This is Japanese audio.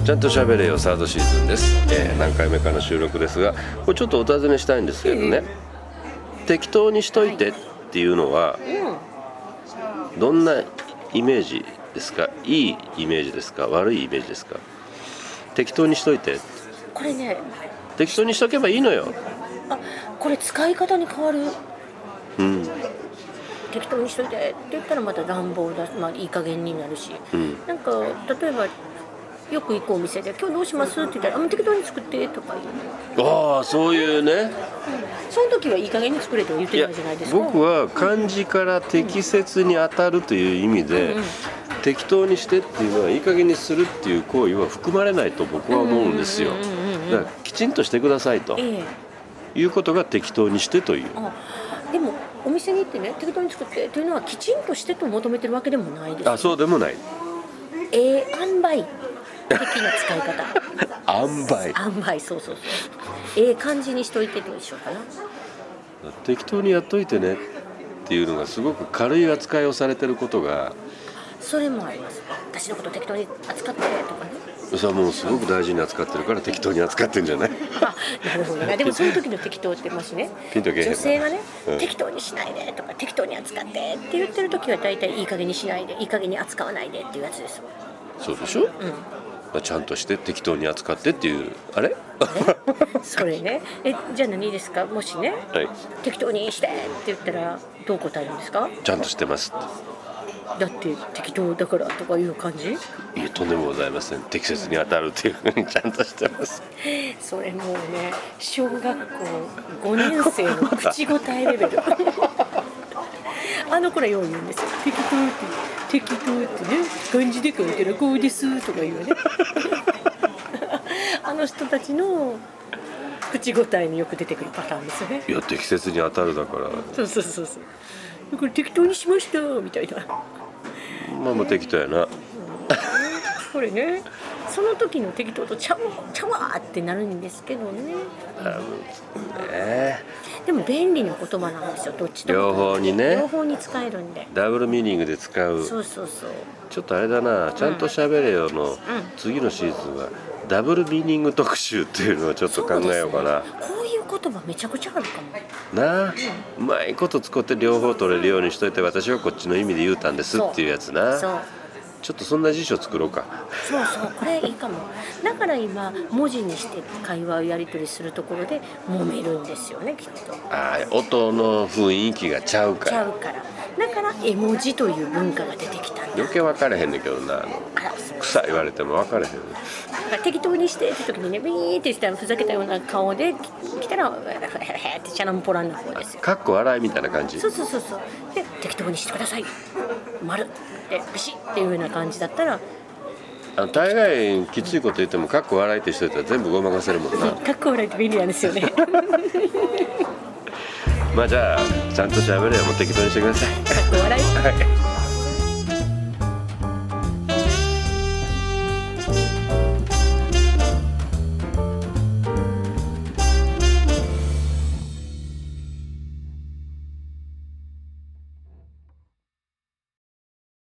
ちゃんと喋れよサードシーズンです、何回目かの収録ですが、これちょっとお尋ねしたいんですけどね、適当にしといてっていうのは、どんなイメージですか？いいイメージですか？悪いイメージですか？適当にしといて。 これね、 適当にしとけばいいのよ。 これ使い方に変わる。 うん、 適当にしといてって言ったらまた乱暴だ、いい加減になるし、なんか例えばよく行くお店で今日どうしますって言ったら適当に作ってとか言う。 ああ、そういうね、 その時はいい加減に作れとは言ってないじゃないですか。 僕は漢字から適切に当たるという意味で、適当にしてっていうのはいい加減にするっていう行為は含まれないと僕は思うんですよ。だからきちんとしてくださいと、いうことが適当にしてという。 でもお店に行ってね、適当に作ってというのはきちんとしてと求めてるわけでもないです。 そうでもない。 塩梅的な使い方。塩梅、そう。感じにしといてどうでしょうかな。 適当にやっといてねっていうのがすごく軽い扱いをされてることが。 それもあります。私のこと適当に扱ってとかね。 それはもうすごく大事に扱ってるから適当に扱ってるんじゃない？ なるほどね。でもその時の適当ってもしね、女性がね、適当にしないでとか適当に扱ってって言ってる時は大体いい加減にしないで、いい加減に扱わないでっていうやつです。 そうでしょ？ちゃんとして適当に扱ってっていうあれ？ それね。じゃあ何ですか？もしね、適当にしてって言ったらどう答えるんですか？ ちゃんとしてますって。 だって適当だからとかいう感じ？ いえ、とんでもございません。適切に当たるっていうふうにちゃんとしてます。 それもうね、小学校5年生の口答えレベル。あの子らよう言うんですよ。適当ってね、漢字で書いたらこうですとか言うね。あの人たちの口答えによく出てくるパターンですよね。 いや、適切に当たるだから。 そう。だから適当にしましたみたいな。 もう適当やな。 これね、その時の適当とちゃわってなるんですけどね。でも便利な言葉なんですよ。どっちとも両方にね、 両方に使えるんで。 ダブルミーニングで使う。 そう。 ちょっとあれだな、ちゃんと喋れよの次のシーズンはダブルミーニング特集っていうのをちょっと考えようかな。 こういう言葉めちゃくちゃあるかもなあ、うまいこと使って両方取れるようにしといて、私はこっちの意味で言うたんですっていうやつな。ちょっとそんな辞書作ろうか。 そうこれいいかも。だから今文字にして会話をやり取りするところで揉めるんですよね、きっと。 音の雰囲気がちゃうから。 だから絵文字という文化が出てきたんだ。 余計分かれへんねんけどな。草言われても分かれへん。 適当にしてって時にね、ビーってしたらふざけたような顔で来たらへってチャランポランな方ですよ。 かっこ笑いみたいな感じ。 そう。で適当にしてください。丸でビシッっていうような感じだったら。 大概きついこと言ってもかっこ笑いってしといたら全部ごまかせるもんな。 かっこ笑いって便利なんですよね。 じゃあちゃんとしゃべれよ、もう適当にしてください。 かっこ笑い。